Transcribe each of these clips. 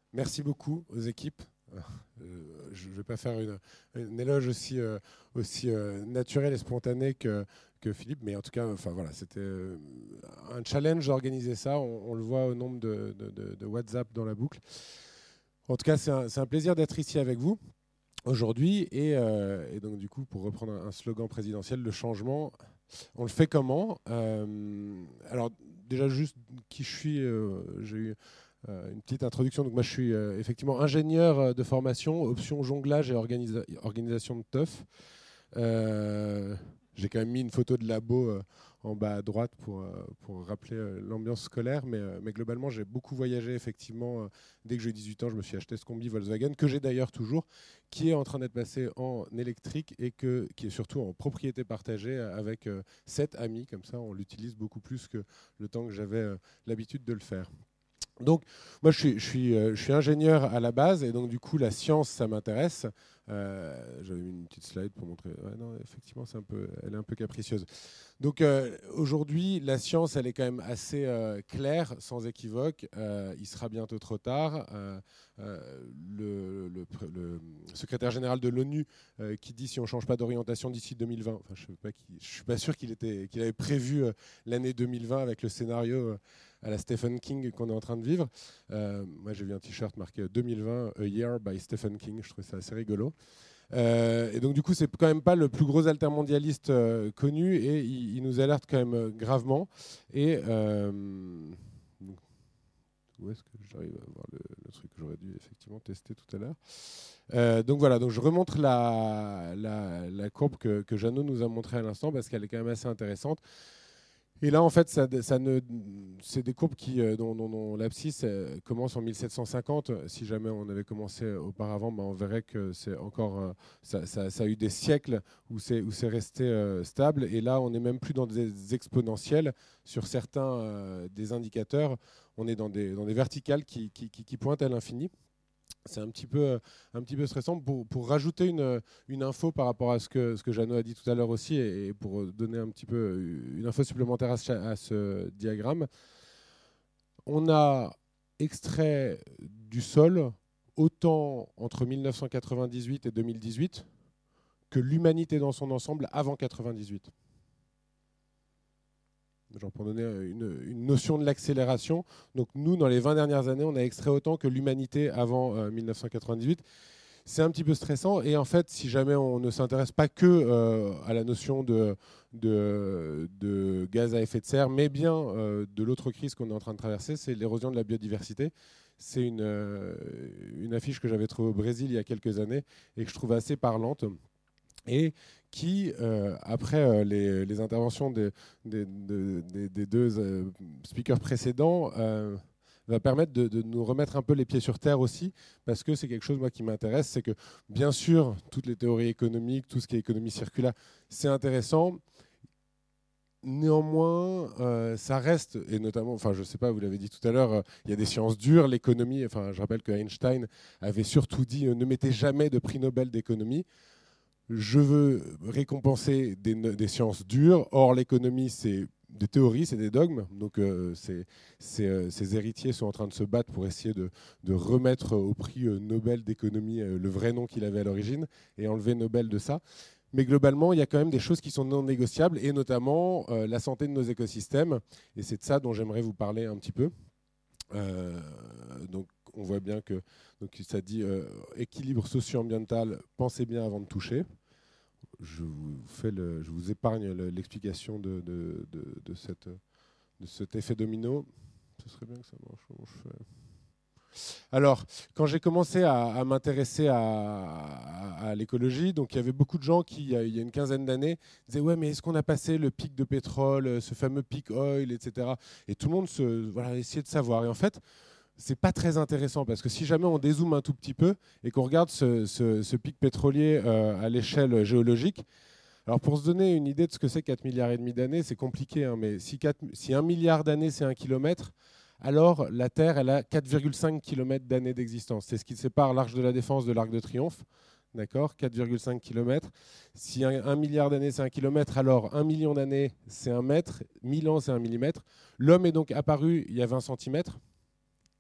Merci beaucoup aux équipes. Je ne vais pas faire une éloge aussi naturel et spontané que Philippe, mais en tout cas, enfin, voilà, c'était un challenge d'organiser ça. On le voit au nombre de WhatsApp dans la boucle. En tout cas, c'est un plaisir d'être ici avec vous aujourd'hui. Et donc, du coup, pour reprendre un slogan présidentiel, le changement, on le fait comment? Alors, déjà, juste qui je suis, j'ai eu une petite introduction. Donc moi, je suis effectivement ingénieur de formation, option jonglage et organisation de teuf. J'ai quand même mis une photo de labo en bas à droite pour rappeler l'ambiance scolaire, mais globalement, j'ai beaucoup voyagé effectivement. Dès que j'ai eu 18 ans, je me suis acheté ce combi Volkswagen, que j'ai d'ailleurs toujours, qui est en train d'être passé en électrique et qui est surtout en propriété partagée avec 7 amis. Comme ça, on l'utilise beaucoup plus que le temps que j'avais l'habitude de le faire. Donc, moi, je suis ingénieur à la base, et donc, du coup, la science, ça m'intéresse. J'avais mis une petite slide pour montrer. Ouais, non, effectivement, elle est un peu capricieuse. Donc, aujourd'hui, la science, elle est quand même assez claire, sans équivoque. Il sera bientôt trop tard. Le secrétaire général de l'ONU qui dit si on ne change pas d'orientation d'ici 2020, enfin, je ne suis pas sûr qu'il avait prévu l'année 2020 avec le scénario à la Stephen King qu'on est en train de vivre. Moi, j'ai vu un t-shirt marqué 2020, A Year by Stephen King. Je trouvais ça assez rigolo. Et donc, du coup, c'est quand même pas le plus gros altermondialiste connu, et il nous alerte quand même gravement. Et où est-ce que j'arrive à voir le truc que j'aurais dû effectivement tester tout à l'heure? Donc voilà, donc je remonte la courbe que Jeannot nous a montrée à l'instant, parce qu'elle est quand même assez intéressante. Et là, en fait, c'est des courbes dont l'abscisse commence en 1750. Si jamais on avait commencé auparavant, on verrait que c'est encore, ça a eu des siècles où c'est resté stable. Et là, on n'est même plus dans des exponentielles. Sur certains des indicateurs, on est dans des verticales qui pointent à l'infini. C'est un petit peu stressant. Pour rajouter une info par rapport à ce que Jeannot a dit tout à l'heure aussi, et pour donner un petit peu une info supplémentaire à ce diagramme, on a extrait du sol autant entre 1998 et 2018 que l'humanité dans son ensemble avant 98. Genre pour donner une notion de l'accélération. Donc nous, dans les 20 dernières années, on a extrait autant que l'humanité avant 1998. C'est un petit peu stressant. Et en fait, si jamais on ne s'intéresse pas que à la notion de gaz à effet de serre, mais bien de l'autre crise qu'on est en train de traverser, c'est l'érosion de la biodiversité. C'est une affiche que j'avais trouvée au Brésil il y a quelques années et que je trouve assez parlante. Et qui, après les interventions des deux speakers précédents, va permettre de nous remettre un peu les pieds sur terre aussi, parce que c'est quelque chose moi qui m'intéresse, c'est que bien sûr toutes les théories économiques, tout ce qui est économie circulaire, c'est intéressant. Néanmoins, ça reste, et notamment, enfin je sais pas, vous l'avez dit tout à l'heure, il y a des sciences dures, l'économie, enfin je rappelle que Einstein avait surtout dit ne mettez jamais de prix Nobel d'économie. Je veux récompenser des sciences dures. Or, l'économie, c'est des théories, c'est des dogmes. Donc, ces héritiers sont en train de se battre pour essayer de remettre au prix Nobel d'économie le vrai nom qu'il avait à l'origine et enlever Nobel de ça. Mais globalement, il y a quand même des choses qui sont non négociables, et notamment la santé de nos écosystèmes. Et c'est de ça dont j'aimerais vous parler un petit peu. Euh, donc, on voit bien que donc, ça dit équilibre socio-ambiental, pensez bien avant de toucher. Je vous épargne l'explication de cet effet domino. Ce serait bien que ça marche. Comment je fais? Alors, quand j'ai commencé à m'intéresser à l'écologie, donc il y avait beaucoup de gens qui, il y a une quinzaine d'années, disaient ouais, mais est-ce qu'on a passé le pic de pétrole, ce fameux peak oil, etc. Et tout le monde voilà, essayait de savoir. Et en fait, c'est pas très intéressant, parce que si jamais on dézoome un tout petit peu et qu'on regarde ce pic pétrolier à l'échelle géologique, alors pour se donner une idée de ce que c'est 4 milliards et demi d'années, c'est compliqué, hein, mais si 1 milliard d'années c'est 1 kilomètre, alors la Terre elle a 4,5 kilomètres d'années d'existence. C'est ce qui sépare l'Arc de la Défense de l'Arc de Triomphe. D'accord, 4,5 kilomètres. Si 1 milliard d'années c'est 1 kilomètre, alors 1 million d'années c'est 1 mètre, 1000 ans c'est 1 millimètre. L'homme est donc apparu il y a 20 centimètres.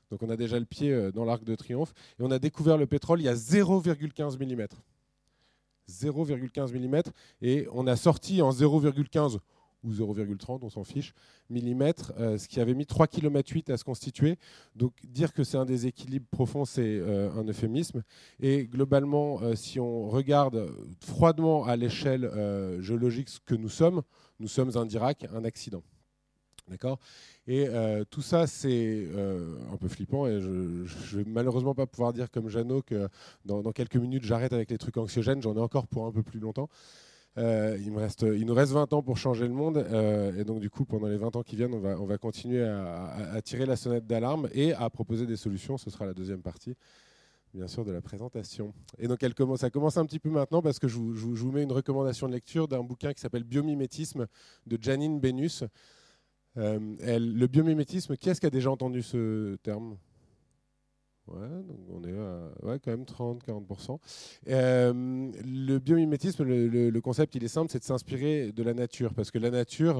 Donc on a déjà le pied dans l'Arc de Triomphe. Et on a découvert le pétrole il y a 0,15 mm. 0,15 mm. Et on a sorti en 0,15 ou 0,30, on s'en fiche, millimètres, ce qui avait mis 3,8 km à se constituer. Donc dire que c'est un déséquilibre profond, c'est un euphémisme. Et globalement, si on regarde froidement à l'échelle géologique ce que nous sommes un dirac, un accident. D'accord. Et tout ça, c'est un peu flippant. Et je ne vais malheureusement pas pouvoir dire comme Jeannot que dans quelques minutes, j'arrête avec les trucs anxiogènes. J'en ai encore pour un peu plus longtemps. Il nous reste 20 ans pour changer le monde. Et donc, du coup, pendant les 20 ans qui viennent, on va continuer à tirer la sonnette d'alarme et à proposer des solutions. Ce sera la deuxième partie, bien sûr, de la présentation. Et donc, ça commence un petit peu maintenant parce que je vous mets une recommandation de lecture d'un bouquin qui s'appelle Biomimétisme de Janine Bénus. Le biomimétisme, qui est-ce qui a déjà entendu ce terme? Ouais, donc on est à quand même 30-40%. Le biomimétisme, le concept, il est simple, c'est de s'inspirer de la nature, parce que la nature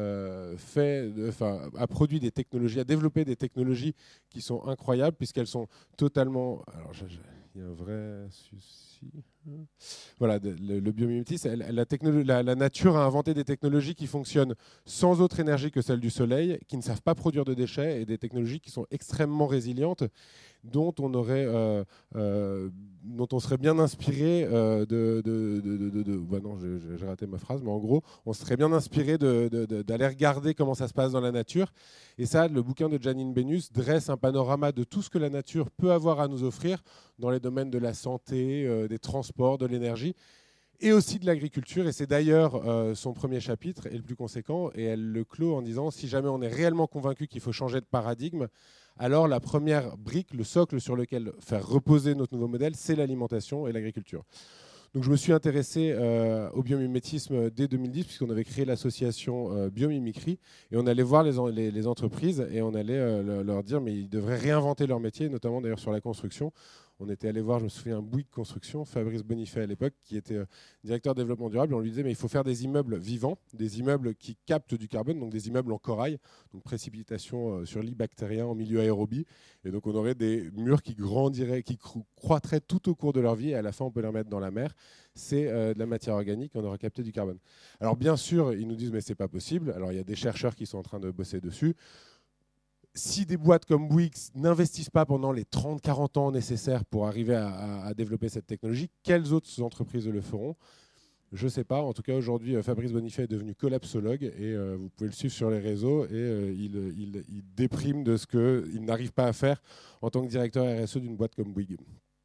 a produit des technologies, a développé des technologies qui sont incroyables, puisqu'elles sont totalement... Alors, il y a un vrai souci. Voilà, le biomimétisme, la nature a inventé des technologies qui fonctionnent sans autre énergie que celle du soleil, qui ne savent pas produire de déchets, et des technologies qui sont extrêmement résilientes, dont on serait bien inspiré non, j'ai raté ma phrase, mais en gros, on serait bien inspiré d'aller regarder comment ça se passe dans la nature. Et ça, le bouquin de Janine Bénus dresse un panorama de tout ce que la nature peut avoir à nous offrir dans les domaines de la santé, des transports, de l'énergie, et aussi de l'agriculture. Et c'est d'ailleurs son premier chapitre, et le plus conséquent, et elle le clôt en disant, si jamais on est réellement convaincu qu'il faut changer de paradigme, alors la première brique, le socle sur lequel faire reposer notre nouveau modèle, c'est l'alimentation et l'agriculture. Donc je me suis intéressé au biomimétisme dès 2010, puisqu'on avait créé l'association Biomimicry, et on allait voir les entreprises, et on allait leur dire, mais ils devraient réinventer leur métier, notamment d'ailleurs sur la construction. On était allé voir, je me souviens, Bouygues Construction, Fabrice Bonifay à l'époque, qui était directeur développement durable. Et on lui disait, mais il faut faire des immeubles vivants, des immeubles qui captent du carbone, donc des immeubles en corail, donc précipitation sur lit bactérien en milieu aérobie. Et donc on aurait des murs qui grandiraient, qui croîtraient tout au cours de leur vie, et à la fin on peut les remettre dans la mer. C'est de la matière organique, on aura capté du carbone. Alors bien sûr, ils nous disent, mais c'est pas possible. Alors il y a des chercheurs qui sont en train de bosser dessus. Si des boîtes comme Bouygues n'investissent pas pendant les 30-40 ans nécessaires pour arriver à développer cette technologie, quelles autres entreprises le feront? Je ne sais pas. En tout cas, aujourd'hui, Fabrice Bonifay est devenu collapsologue et vous pouvez le suivre sur les réseaux et il déprime de ce qu'il n'arrive pas à faire en tant que directeur RSE d'une boîte comme Bouygues.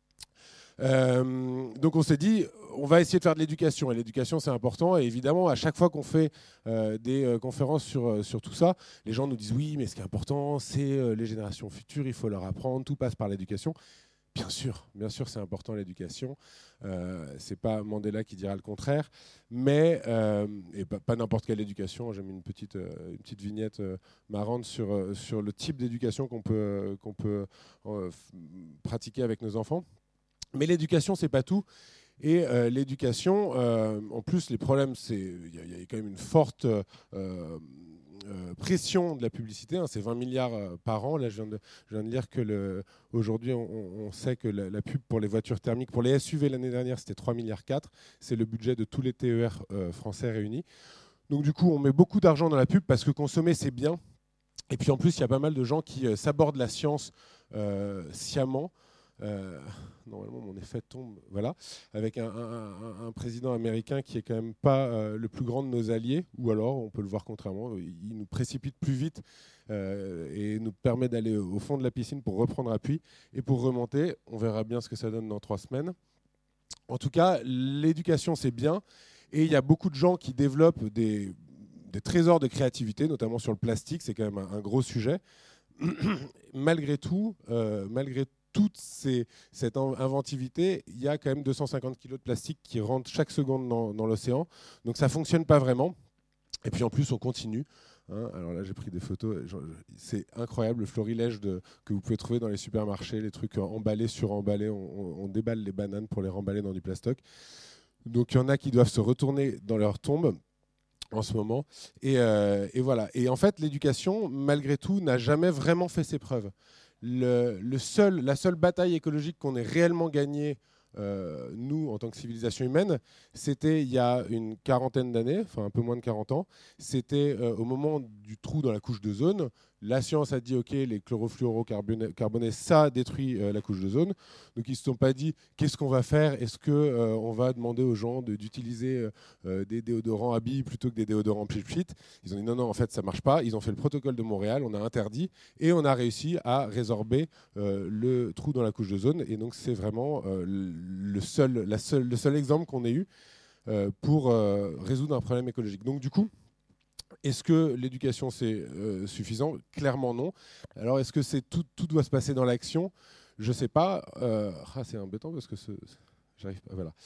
Donc on s'est dit, on va essayer de faire de l'éducation, et l'éducation c'est important, et évidemment à chaque fois qu'on fait des conférences sur tout ça, les gens nous disent oui, mais ce qui est important c'est les générations futures, il faut leur apprendre, tout passe par l'éducation. Bien sûr c'est important l'éducation, c'est pas Mandela qui dira le contraire, mais et pas n'importe quelle éducation. J'ai mis une petite vignette marrante sur le type d'éducation qu'on peut pratiquer avec nos enfants. Mais l'éducation, c'est pas tout. Et l'éducation, en plus, les problèmes, il y a quand même une forte pression de la publicité. Hein, c'est 20 milliards par an. Là, je viens de lire que aujourd'hui, on sait que la pub pour les voitures thermiques, pour les SUV l'année dernière, c'était 3,4 milliards. C'est le budget de tous les TER français réunis. Donc du coup, on met beaucoup d'argent dans la pub parce que consommer, c'est bien. Et puis en plus, il y a pas mal de gens qui s'abordent la science sciemment. Normalement mon effet tombe, voilà, avec un président américain qui est quand même pas le plus grand de nos alliés, ou alors on peut le voir contrairement, il nous précipite plus vite et nous permet d'aller au fond de la piscine pour reprendre appui et pour remonter. On verra bien ce que ça donne dans 3 semaines. En tout cas, l'éducation c'est bien, et il y a beaucoup de gens qui développent des trésors de créativité, notamment sur le plastique, c'est quand même un gros sujet. Malgré tout, malgré toute cette inventivité, il y a quand même 250 kg de plastique qui rentrent chaque seconde dans l'océan. Donc ça ne fonctionne pas vraiment. Et puis en plus, on continue. Hein. Alors là, j'ai pris des photos. C'est incroyable le florilège que vous pouvez trouver dans les supermarchés, les trucs emballés, suremballés. On déballe les bananes pour les remballer dans du plastoc. Donc il y en a qui doivent se retourner dans leur tombe en ce moment. Et voilà. Et en fait, l'éducation, malgré tout, n'a jamais vraiment fait ses preuves. la seule bataille écologique qu'on ait réellement gagnée, nous, en tant que civilisation humaine, c'était il y a une quarantaine d'années, enfin un peu moins de 40 ans. C'était au moment du trou dans la couche d'ozone. La science a dit, OK, les chlorofluorocarbonés, ça détruit la couche d'ozone. Donc ils ne se sont pas dit, qu'est-ce qu'on va faire? Est-ce qu'on va demander aux gens d'utiliser des déodorants à billes plutôt que des déodorants pchit-pchit? Ils ont dit, non, non, en fait, ça ne marche pas. Ils ont fait le protocole de Montréal, on a interdit, et on a réussi à résorber le trou dans la couche d'ozone. Et donc c'est vraiment le seul exemple qu'on ait eu pour résoudre un problème écologique. Donc du coup, est-ce que l'éducation c'est suffisant? Clairement non. Alors est-ce que tout doit se passer dans l'action? Je ne sais pas. C'est embêtant parce que j'arrive pas. Voilà.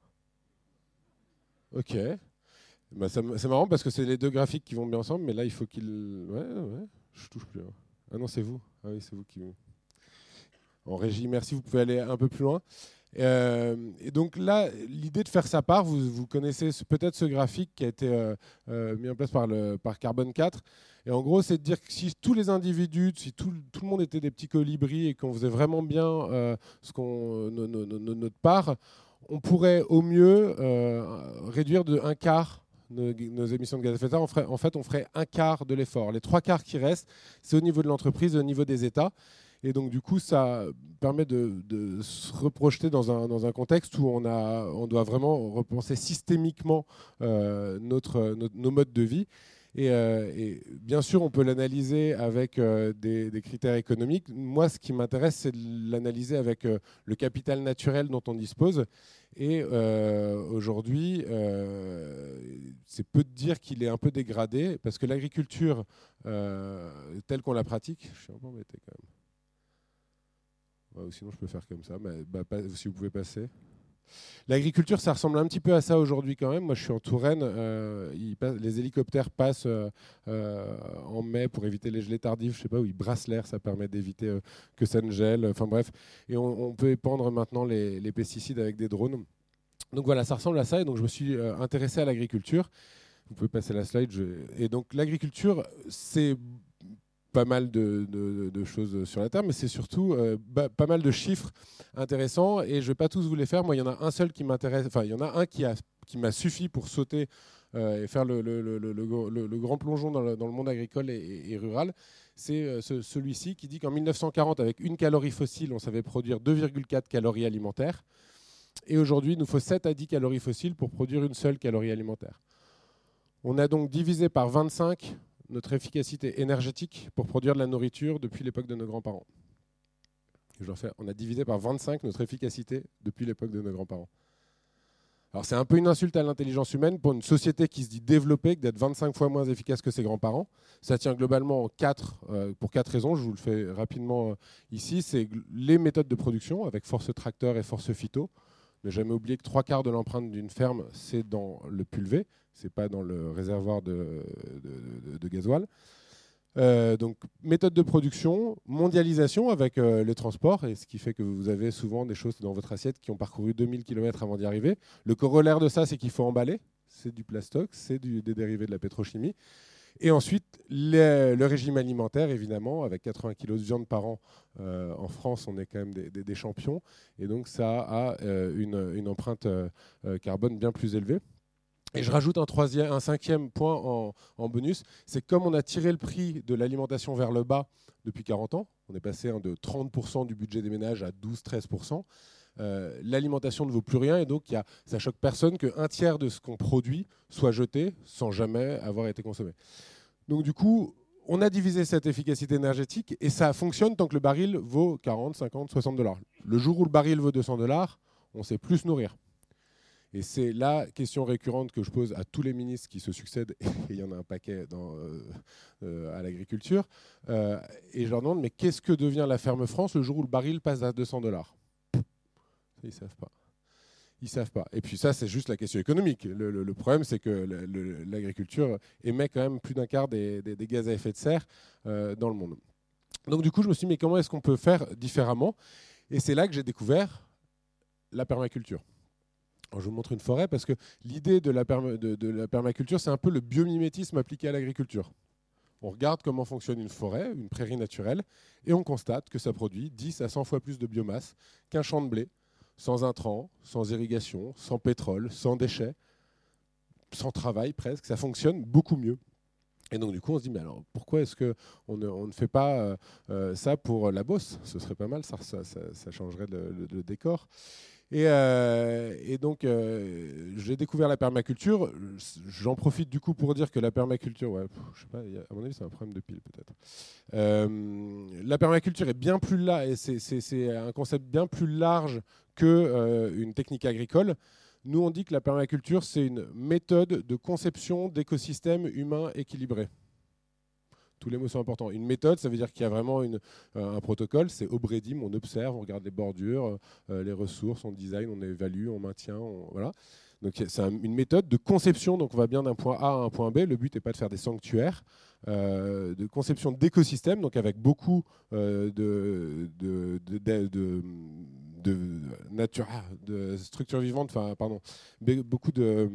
Ok. Bah, c'est marrant parce que c'est les deux graphiques qui vont bien ensemble, mais là il faut qu'il. Ouais, ouais. Je touche plus. Hein. Ah non, c'est vous. Ah oui, c'est vous qui. En régie, merci. Vous pouvez aller un peu plus loin. Et donc là, l'idée de faire sa part, vous connaissez peut-être ce graphique qui a été mis en place par Carbone 4. Et en gros, c'est de dire que si tous les individus, si tout le monde était des petits colibris et qu'on faisait vraiment bien notre part, on pourrait au mieux réduire de un quart nos émissions de gaz à effet de serre. En fait, on ferait un quart de l'effort. Les trois quarts qui restent, c'est au niveau de l'entreprise, au niveau des États. Et donc, du coup, ça permet de se reprojeter dans un contexte où on doit vraiment repenser systémiquement nos modes de vie. Et bien sûr, on peut l'analyser avec des critères économiques. Moi, ce qui m'intéresse, c'est de l'analyser avec le capital naturel dont on dispose. Et aujourd'hui, c'est peu de dire qu'il est un peu dégradé, parce que l'agriculture, telle qu'on la pratique, je suis un peu embêté quand même. Ouais, ou sinon, je peux faire comme ça. Si vous pouvez passer. L'agriculture, ça ressemble un petit peu à ça aujourd'hui quand même. Moi, je suis en Touraine. Les hélicoptères passent en mai pour éviter les gelées tardives. Je sais pas où ils brassent l'air. Ça permet d'éviter que ça ne gèle. Enfin bref. Et on peut épandre maintenant les pesticides avec des drones. Donc voilà, ça ressemble à ça. Et donc, je me suis intéressé à l'agriculture. Vous pouvez passer la slide. Et donc, l'agriculture, c'est pas mal de choses sur la Terre, mais c'est surtout pas mal de chiffres intéressants. Et je ne vais pas tous vous les faire. Moi, il y en a un seul qui m'intéresse. Enfin, il y en a un qui m'a suffi pour sauter et faire le grand plongeon dans le monde agricole et rural. C'est celui-ci qui dit qu'en 1940, avec une calorie fossile, on savait produire 2,4 calories alimentaires. Et aujourd'hui, il nous faut 7 à 10 calories fossiles pour produire une seule calorie alimentaire. On a donc divisé par 25 notre efficacité énergétique pour produire de la nourriture depuis l'époque de nos grands-parents. On a divisé par 25 notre efficacité depuis l'époque de nos grands-parents. Alors c'est un peu une insulte à l'intelligence humaine pour une société qui se dit développée, d'être 25 fois moins efficace que ses grands-parents. Ça tient globalement pour 4 raisons, je vous le fais rapidement ici. C'est les méthodes de production avec force tracteur et force phyto. Ne jamais oublier que 3/4 de l'empreinte d'une ferme, c'est dans le pulvé, ce n'est pas dans le réservoir de gasoil. Donc, méthode de production, mondialisation avec les transports, et ce qui fait que vous avez souvent des choses dans votre assiette qui ont parcouru 2000 km avant d'y arriver. Le corollaire de ça, c'est qu'il faut emballer. C'est du plastoc, c'est des dérivés de la pétrochimie. Et ensuite, le régime alimentaire, évidemment, avec 80 kg de viande par an. En France, on est quand même des champions. Et donc, ça a une empreinte carbone bien plus élevée. Et je rajoute un cinquième point en bonus. C'est comme on a tiré le prix de l'alimentation vers le bas depuis 40 ans, on est passé de 30% du budget des ménages à 12-13%. L'alimentation ne vaut plus rien et donc ça choque personne qu'un tiers de ce qu'on produit soit jeté sans jamais avoir été consommé. Donc du coup, on a divisé cette efficacité énergétique et ça fonctionne tant que le baril vaut 40, 50, 60 $. Le jour où le baril vaut 200 $, on sait plus se nourrir. Et c'est la question récurrente que je pose à tous les ministres qui se succèdent, et il y en a un paquet à l'agriculture, et je leur demande, mais qu'est-ce que devient la ferme France le jour où le baril passe à 200 $? Ils ne savent pas. Ils ne savent pas. Et puis ça, c'est juste la question économique. Le problème, c'est que l'agriculture émet quand même plus d'un quart des gaz à effet de serre dans le monde. Donc du coup, je me suis dit, mais comment est-ce qu'on peut faire différemment? Et c'est là que j'ai découvert la permaculture. Alors, je vous montre une forêt parce que l'idée de la permaculture, c'est un peu le biomimétisme appliqué à l'agriculture. On regarde comment fonctionne une forêt, une prairie naturelle, et on constate que ça produit 10 à 100 fois plus de biomasse qu'un champ de blé, sans intrants, sans irrigation, sans pétrole, sans déchets, sans travail presque. Ça fonctionne beaucoup mieux. Et donc du coup, on se dit, mais alors pourquoi est-ce qu'on ne fait pas ça pour la Beauce? Ce serait pas mal, ça changerait le décor. Et donc, j'ai découvert la permaculture. J'en profite du coup pour dire que la permaculture, ouais, je sais pas, à mon avis, c'est un problème de pile peut-être. La permaculture est bien plus là, et c'est un concept bien plus large que une technique agricole. Nous, on dit que la permaculture, c'est une méthode de conception d'écosystèmes humains équilibrés. Tous les mots sont importants. Une méthode, ça veut dire qu'il y a vraiment un protocole. C'est Obredim, on observe, on regarde les bordures, les ressources, on design, on évalue, on maintient. Voilà. Donc c'est une méthode de conception. Donc on va bien d'un point A à un point B. Le but n'est pas de faire des sanctuaires. De conception d'écosystèmes, donc avec beaucoup de nature, de structures vivantes, enfin pardon, beaucoup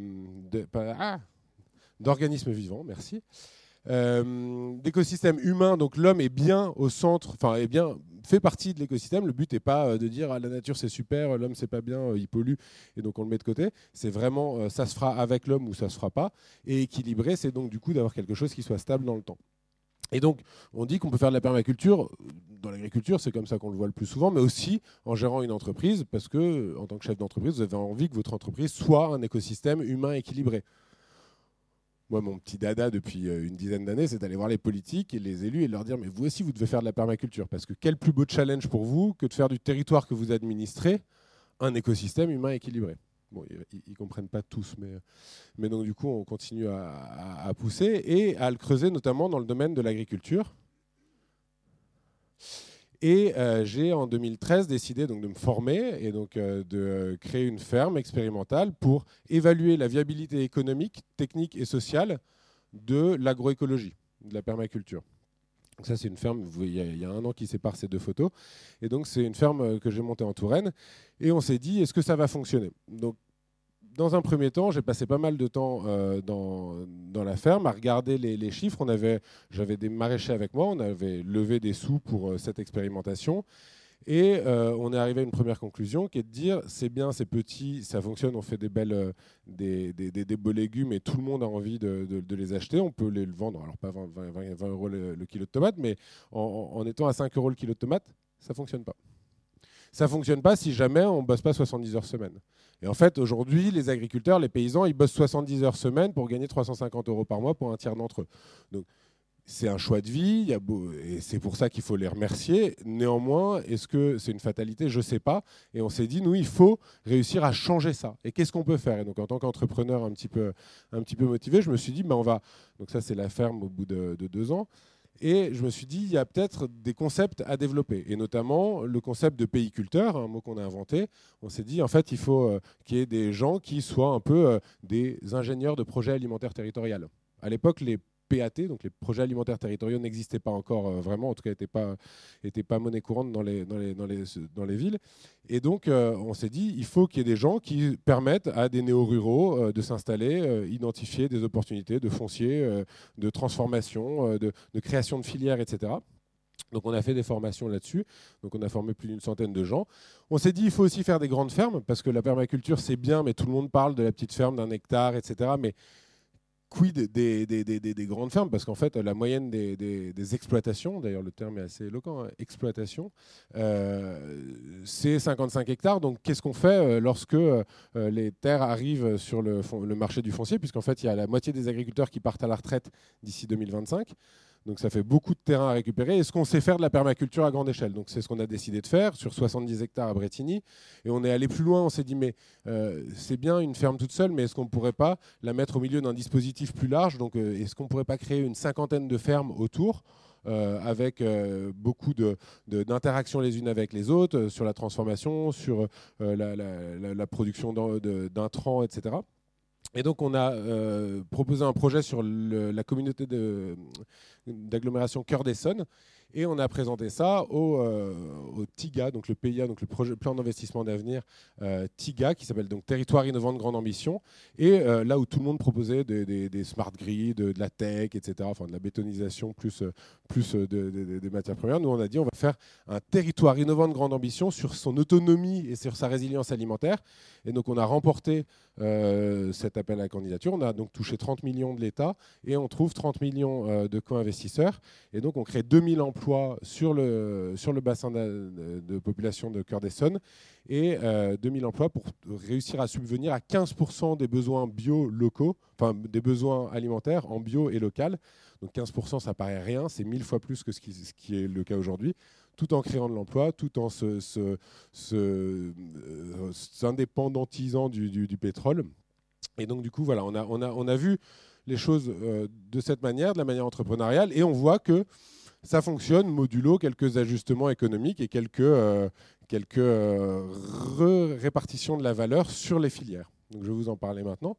d'organismes vivants, merci. D'écosystèmes humains, donc l'homme est bien au centre, enfin est bien fait partie de l'écosystème. Le but n'est pas de dire la nature c'est super, l'homme c'est pas bien, il pollue et donc on le met de côté. C'est vraiment ça se fera avec l'homme ou ça se fera pas. Et équilibré, c'est donc du coup d'avoir quelque chose qui soit stable dans le temps. Et donc, on dit qu'on peut faire de la permaculture. Dans l'agriculture, c'est comme ça qu'on le voit le plus souvent, mais aussi en gérant une entreprise, parce que, en tant que chef d'entreprise, vous avez envie que votre entreprise soit un écosystème humain équilibré. Moi, mon petit dada depuis une dizaine d'années, c'est d'aller voir les politiques et les élus et de leur dire « Mais vous aussi, vous devez faire de la permaculture. Parce que quel plus beau challenge pour vous que de faire du territoire que vous administrez un écosystème humain équilibré ?» Bon, ils ne comprennent pas tous, mais donc du coup, on continue à pousser et à le creuser, notamment dans le domaine de l'agriculture. Et j'ai en 2013 décidé donc, de me former et donc, de créer une ferme expérimentale pour évaluer la viabilité économique, technique et sociale de l'agroécologie, de la permaculture. Donc ça, c'est une ferme, il y a un an qui sépare ces deux photos. Et donc, c'est une ferme que j'ai montée en Touraine. Et on s'est dit, est-ce que ça va fonctionner? Donc, dans un premier temps, j'ai passé pas mal de temps dans la ferme à regarder les chiffres. J'avais des maraîchers avec moi, on avait levé des sous pour cette expérimentation. Et on est arrivé à une première conclusion qui est de dire c'est bien, c'est petit, ça fonctionne, on fait des beaux légumes et tout le monde a envie de les acheter. On peut les vendre, alors pas 20 euros le kilo de tomates, mais en étant à 5 euros le kilo de tomates, ça ne fonctionne pas. Ça ne fonctionne pas si jamais on ne bosse pas 70 heures semaine. Et en fait, aujourd'hui, les agriculteurs, les paysans, ils bossent 70 heures semaine pour gagner 350 euros par mois pour un tiers d'entre eux. Donc, c'est un choix de vie, et c'est pour ça qu'il faut les remercier. Néanmoins, est-ce que c'est une fatalité? Je ne sais pas. Et on s'est dit, nous, il faut réussir à changer ça. Et qu'est-ce qu'on peut faire? Et donc, en tant qu'entrepreneur un petit peu motivé, je me suis dit, on va... Donc ça, c'est la ferme au bout de 2 ans. Et je me suis dit, il y a peut-être des concepts à développer, et notamment le concept de péiculteur, un mot qu'on a inventé. On s'est dit, en fait, il faut qu'il y ait des gens qui soient un peu des ingénieurs de projets alimentaires territoriaux. À l'époque, les PAT, donc les projets alimentaires territoriaux, n'existaient pas encore vraiment, en tout cas n'étaient pas monnaie courante dans les villes. Et donc on s'est dit, il faut qu'il y ait des gens qui permettent à des néo-ruraux de s'installer, identifier des opportunités de foncier, de transformation, de création de filières, etc. Donc on a fait des formations là-dessus, donc on a formé plus d'une centaine de gens. On s'est dit il faut aussi faire des grandes fermes, parce que la permaculture c'est bien, mais tout le monde parle de la petite ferme d'1 hectare, etc. Mais quid des grandes fermes? Parce qu'en fait, la moyenne des exploitations, d'ailleurs le terme est assez éloquent, hein, exploitation, c'est 55 hectares. Donc qu'est-ce qu'on fait lorsque les terres arrivent sur le marché du foncier? Puisqu'en fait, il y a la moitié des agriculteurs qui partent à la retraite d'ici 2025. Donc ça fait beaucoup de terrain à récupérer. Est-ce qu'on sait faire de la permaculture à grande échelle? Donc c'est ce qu'on a décidé de faire sur 70 hectares à Brétigny. Et on est allé plus loin. On s'est dit, mais c'est bien une ferme toute seule, mais est-ce qu'on ne pourrait pas la mettre au milieu d'un dispositif plus large? Donc est-ce qu'on ne pourrait pas créer une 50aine de fermes autour avec beaucoup d'interactions les unes avec les autres, sur la transformation, sur la production d'intrants, etc. Et donc, on a proposé un projet sur la communauté d'agglomération Cœur d'Essonne. Et on a présenté ça au TIGA, donc le PIA, donc le plan d'investissement d'avenir TIGA, qui s'appelle donc Territoire innovant de grande ambition. Et là où tout le monde proposait des smart grids, de la tech, etc., enfin de la bétonisation plus des matières premières, nous on a dit on va faire un territoire innovant de grande ambition sur son autonomie et sur sa résilience alimentaire. Et donc on a remporté cet appel à la candidature. On a donc touché 30 millions de l'État et on trouve 30 millions de co-investisseurs. Et donc on crée 2000 emplois sur le bassin de population de Cœur-d'Essonne et 2000 emplois pour réussir à subvenir à 15% des besoins bio locaux, enfin des besoins alimentaires en bio et local. Donc 15%, ça paraît rien, c'est 1000 fois plus que ce qui est le cas aujourd'hui, tout en créant de l'emploi, tout en s'indépendantisant du pétrole. Et donc du coup, voilà, on a vu les choses de cette manière, de la manière entrepreneuriale, et on voit que ça fonctionne, modulo quelques ajustements économiques et quelques répartitions de la valeur sur les filières. Donc je vais vous en parler maintenant.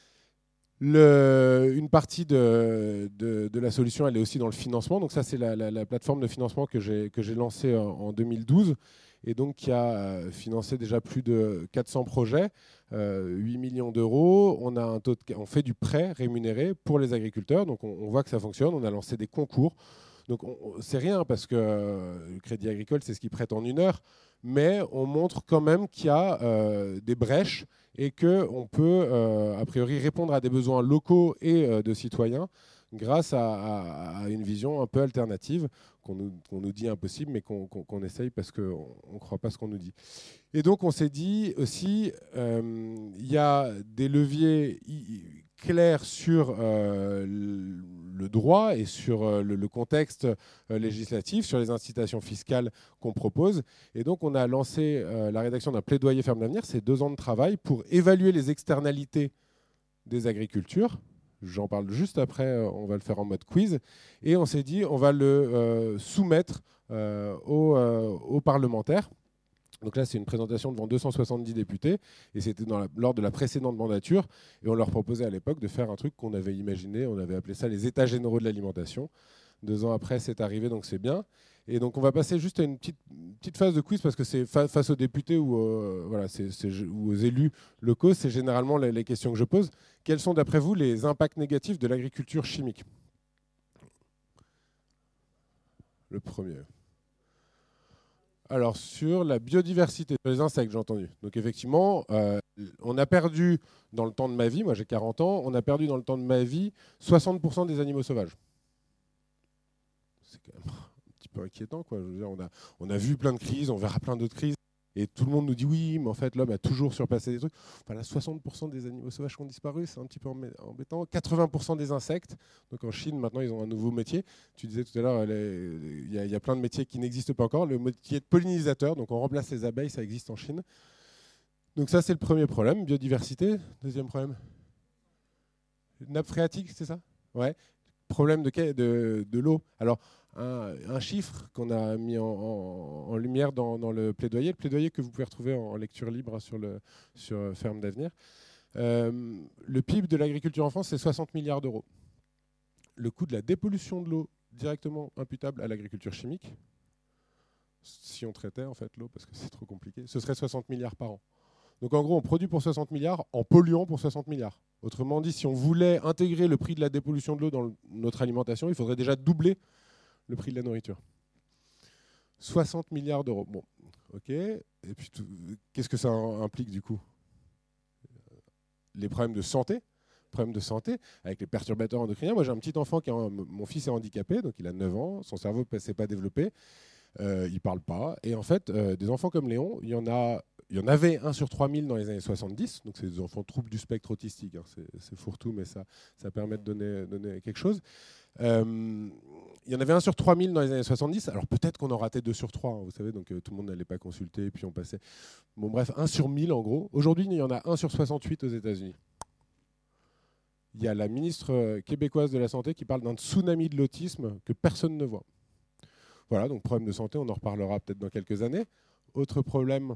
Une partie de la solution, elle est aussi dans le financement. Donc ça, c'est la plateforme de financement que j'ai lancée en 2012 et donc qui a financé déjà plus de 400 projets, 8 millions d'euros. On fait du prêt rémunéré pour les agriculteurs. Donc on voit que ça fonctionne. On a lancé des concours. Donc c'est rien parce que le Crédit Agricole, c'est ce qui prête en 1 heure. Mais on montre quand même qu'il y a des brèches et qu'on peut, a priori, répondre à des besoins locaux et de citoyens grâce à une vision un peu alternative qu'on nous dit impossible, mais qu'on essaye parce qu'on ne croit pas ce qu'on nous dit. Et donc, on s'est dit aussi, il y a des leviers clairs sur le droit et sur le contexte législatif, sur les incitations fiscales qu'on propose. Et donc, on a lancé la rédaction d'un plaidoyer ferme d'avenir, c'est 2 ans de travail, pour évaluer les externalités des agricultures. J'en parle juste après, on va le faire en mode quiz. Et on s'est dit, on va le soumettre aux parlementaires. Donc là, c'est une présentation devant 270 députés, et c'était lors de la précédente mandature, et on leur proposait à l'époque de faire un truc qu'on avait imaginé, on avait appelé ça les États généraux de l'alimentation. 2 ans après, c'est arrivé, donc c'est bien. Et donc on va passer juste à une petite phase de quiz, parce que c'est face aux députés ou ou aux élus locaux, c'est généralement les questions que je pose. Quels sont, d'après vous, les impacts négatifs de l'agriculture chimique? Le premier. Alors, sur la biodiversité, sur les insectes, j'ai entendu. Donc, effectivement, on a perdu dans le temps de ma vie, moi j'ai 40 ans, on a perdu dans le temps de ma vie 60% des animaux sauvages. C'est quand même un petit peu inquiétant, quoi. Je veux dire, on a vu plein de crises, on verra plein d'autres crises. Et tout le monde nous dit oui, mais en fait, l'homme a toujours surpassé des trucs. Enfin, là, 60% des animaux sauvages qui ont disparu, c'est un petit peu embêtant. 80% des insectes. Donc en Chine, maintenant, ils ont un nouveau métier. Tu disais tout à l'heure, il y a plein de métiers qui n'existent pas encore. Le métier de pollinisateur, donc on remplace les abeilles, ça existe en Chine. Donc ça, c'est le premier problème. Biodiversité. Deuxième problème. Nappe phréatique, c'est ça? Ouais. Problème de l'eau. Alors, un chiffre qu'on a mis en lumière dans le plaidoyer que vous pouvez retrouver en lecture libre sur Ferme d'Avenir. Le PIB de l'agriculture en France, c'est 60 milliards d'euros. Le coût de la dépollution de l'eau directement imputable à l'agriculture chimique, si on traitait en fait l'eau, parce que c'est trop compliqué, ce serait 60 milliards par an. Donc en gros, on produit pour 60 milliards en polluant pour 60 milliards. Autrement dit, si on voulait intégrer le prix de la dépollution de l'eau dans notre alimentation, il faudrait déjà doubler le prix de la nourriture. 60 milliards d'euros. Bon, ok. Et puis, qu'est-ce que ça implique du coup? Les problèmes de santé. Problèmes de santé avec les perturbateurs endocriniens. Moi, j'ai un petit enfant mon fils est handicapé, donc il a 9 ans, son cerveau ne s'est pas développé, il ne parle pas. Et en fait, des enfants comme Léon, il y en avait 1 sur 3000 dans les années 70, donc c'est des enfants troubles du spectre autistique. Hein. C'est fourre-tout, mais ça permet de donner quelque chose. Il y en avait 1 sur 3000 dans les années 70, alors peut-être qu'on en ratait 2 sur 3, hein, vous savez, donc tout le monde n'allait pas consulter, et puis on passait. Bon bref, 1 sur 1000 en gros. Aujourd'hui, il y en a 1 sur 68 aux États-Unis. Il y a la ministre québécoise de la Santé qui parle d'un tsunami de l'autisme que personne ne voit. Voilà, donc problème de santé, on en reparlera peut-être dans quelques années. Autre problème.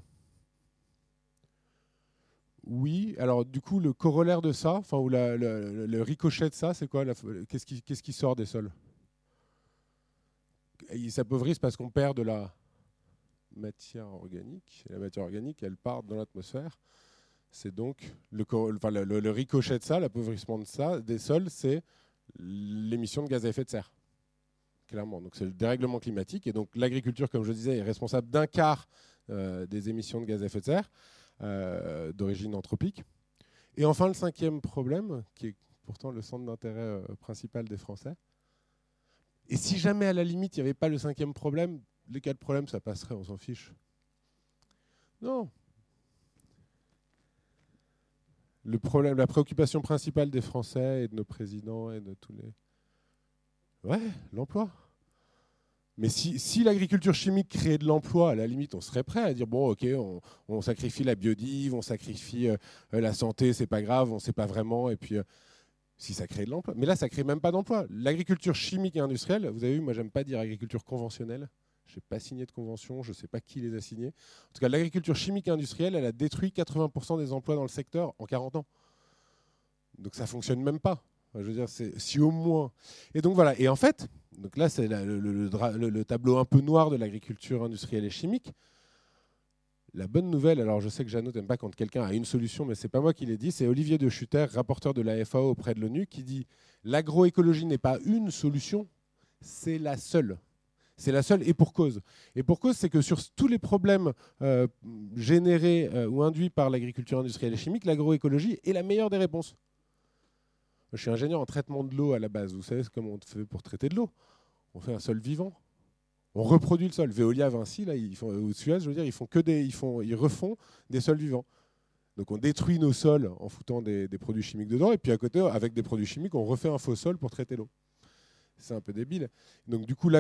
Oui, alors du coup, le corollaire de ça, enfin, ou le ricochet de ça, c'est quoi? Qu'est-ce qui sort des sols? ils s'appauvrissent parce qu'on perd de la matière organique. Et la matière organique, elle part dans l'atmosphère. C'est donc le ricochet de ça, l'appauvrissement de ça, des sols, c'est l'émission de gaz à effet de serre. Clairement. Donc c'est le dérèglement climatique. Et donc l'agriculture, comme je disais, est responsable d'un quart des émissions de gaz à effet de serre d'origine anthropique. Et enfin, le cinquième problème, qui est pourtant le centre d'intérêt principal des Français. Et si jamais, à la limite, il n'y avait pas le cinquième problème, les quatre problèmes, ça passerait, on s'en fiche. Non. Le problème, la préoccupation principale des Français et de nos présidents et de tous les... Ouais, l'emploi. Mais si l'agriculture chimique créait de l'emploi, à la limite, on serait prêt à dire bon, ok, on sacrifie la biodive, on sacrifie la santé, c'est pas grave, on ne sait pas vraiment, et puis si ça crée de l'emploi. Mais là, ça crée même pas d'emploi. L'agriculture chimique et industrielle, vous avez vu, moi, j'aime pas dire agriculture conventionnelle. Je n'ai pas signé de convention, je ne sais pas qui les a signés. En tout cas, l'agriculture chimique et industrielle, elle a détruit 80% des emplois dans le secteur en 40 ans. Donc ça fonctionne même pas. Je veux dire, c'est si au moins. Et donc voilà. Et en fait, donc là, c'est le tableau un peu noir de l'agriculture industrielle et chimique. La bonne nouvelle, alors je sais que Jeannot n'aime pas quand quelqu'un a une solution, mais ce n'est pas moi qui l'ai dit, c'est Olivier de Schutter, rapporteur de la FAO auprès de l'ONU, qui dit l'agroécologie n'est pas une solution, c'est la seule. C'est la seule et pour cause. Et pour cause, c'est que sur tous les problèmes générés ou induits par l'agriculture industrielle et chimique, l'agroécologie est la meilleure des réponses. Je suis ingénieur en traitement de l'eau à la base. Vous savez comment on fait pour traiter de l'eau? On fait un sol vivant. On reproduit le sol. Veolia, Vinci, là, ou Suez, je veux dire, ils refont des sols vivants. Donc on détruit nos sols en foutant des produits chimiques dedans, et puis à côté, avec des produits chimiques, on refait un faux sol pour traiter l'eau. C'est un peu débile. Donc du coup,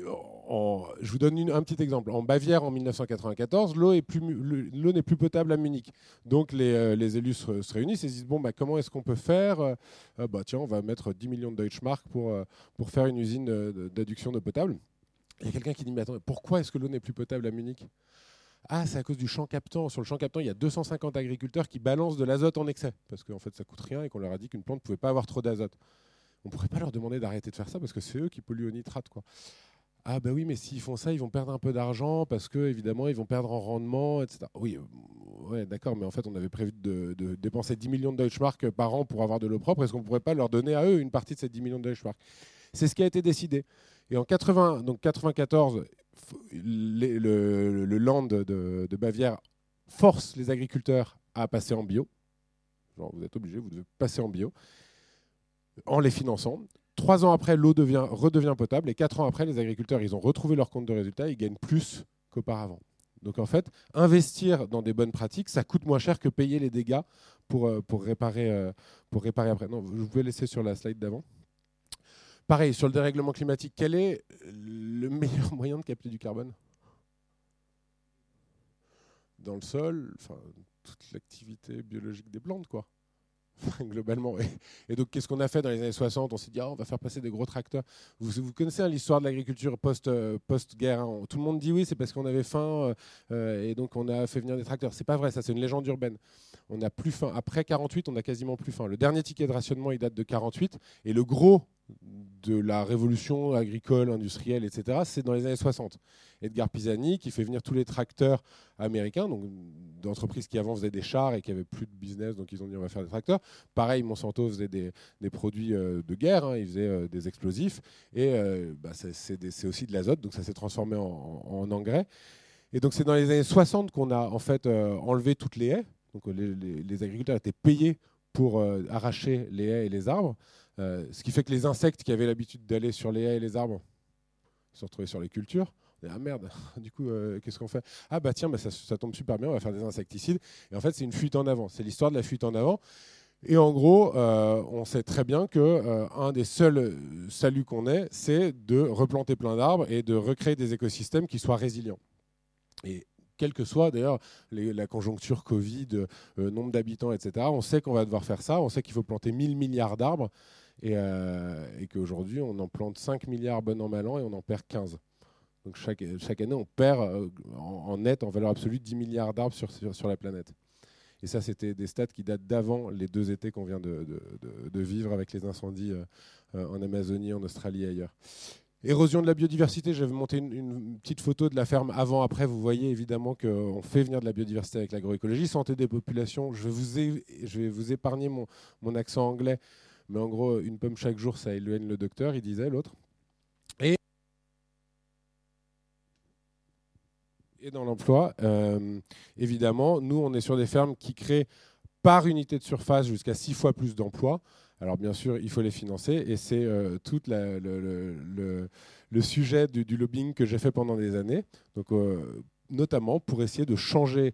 je vous donne un petit exemple. En Bavière, en 1994, l'eau n'est plus potable à Munich. Donc les élus se réunissent et se disent bon, bah, comment est-ce qu'on peut faire tiens, on va mettre 10 millions de Deutschmark pour faire une usine d'adduction d'eau potable. Il y a quelqu'un qui dit mais attends, pourquoi est-ce que l'eau n'est plus potable à Munich? Ah, c'est à cause du champ captant. Sur le champ captant, il y a 250 agriculteurs qui balancent de l'azote en excès parce qu'en fait, ça coûte rien et qu'on leur a dit qu'une plante ne pouvait pas avoir trop d'azote. On ne pourrait pas leur demander d'arrêter de faire ça parce que c'est eux qui polluent au nitrate, quoi. Ah bah oui, mais s'ils font ça, ils vont perdre un peu d'argent parce que évidemment, ils vont perdre en rendement, etc. Oui, ouais, d'accord, mais en fait, on avait prévu de dépenser 10 millions de Deutschmark par an pour avoir de l'eau propre. Est-ce qu'on ne pourrait pas leur donner à eux une partie de ces 10 millions de Deutschmark? C'est ce qui a été décidé. Et en 94, le Land de Bavière force les agriculteurs à passer en bio. Genre, vous êtes obligés, vous devez passer en bio, en les finançant. 3 ans après, l'eau redevient potable, et 4 ans après, les agriculteurs, ils ont retrouvé leur compte de résultat, ils gagnent plus qu'auparavant. Donc en fait, investir dans des bonnes pratiques, ça coûte moins cher que payer les dégâts pour réparer après. Non, je vais laisser sur la slide d'avant. Pareil, sur le dérèglement climatique, quel est le meilleur moyen de capter du carbone? Dans le sol, enfin, toute l'activité biologique des plantes, quoi. Globalement. Et donc, qu'est-ce qu'on a fait dans les années 60? On s'est dit, on va faire passer des gros tracteurs. Vous connaissez l'histoire de l'agriculture post-guerre, hein. Tout le monde dit oui, c'est parce qu'on avait faim et donc on a fait venir des tracteurs. C'est pas vrai, ça, c'est une légende urbaine. On n'a plus faim. Après 48, on a quasiment plus faim. Le dernier ticket de rationnement, il date de 48. Et le gros de la révolution agricole, industrielle, etc., c'est dans les années 60. Edgar Pisani qui fait venir tous les tracteurs américains, donc d'entreprises qui avant faisaient des chars et qui n'avaient plus de business, donc ils ont dit on va faire des tracteurs. Pareil, Monsanto faisait des produits de guerre, hein, ils faisaient des explosifs, et c'est aussi de l'azote, donc ça s'est transformé en engrais. Et donc c'est dans les années 60 qu'on a en fait enlevé toutes les haies. Donc les agriculteurs étaient payés pour arracher les haies et les arbres. Ce qui fait que les insectes qui avaient l'habitude d'aller sur les haies et les arbres se sont retrouvés sur les cultures. Ah merde, du coup, qu'est-ce qu'on fait? Ah bah tiens, ça tombe super bien, on va faire des insecticides. Et en fait, c'est une fuite en avant. C'est l'histoire de la fuite en avant. Et en gros, on sait très bien qu'un des seuls saluts qu'on ait, c'est de replanter plein d'arbres et de recréer des écosystèmes qui soient résilients. Et quelle que soit d'ailleurs la conjoncture Covid, nombre d'habitants, etc., on sait qu'on va devoir faire ça. On sait qu'il faut planter 1000 milliards d'arbres. Et qu'aujourd'hui, on en plante 5 milliards bon an, mal an, et on en perd 15. Donc chaque année, on perd en net, en valeur absolue, 10 milliards d'arbres sur la planète. Et ça, c'était des stats qui datent d'avant les 2 étés qu'on vient de vivre avec les incendies en Amazonie, en Australie et ailleurs. Érosion de la biodiversité, j'avais monté une petite photo de la ferme avant-après. Vous voyez évidemment qu'on fait venir de la biodiversité avec l'agroécologie. Santé des populations, je vais vous épargner mon accent anglais, mais en gros, une pomme chaque jour, ça éloigne le docteur, il disait l'autre. Et dans l'emploi, évidemment, nous, on est sur des fermes qui créent par unité de surface jusqu'à 6 fois plus d'emplois. Alors bien sûr, il faut les financer et c'est tout le sujet du lobbying que j'ai fait pendant des années, donc, notamment pour essayer de changer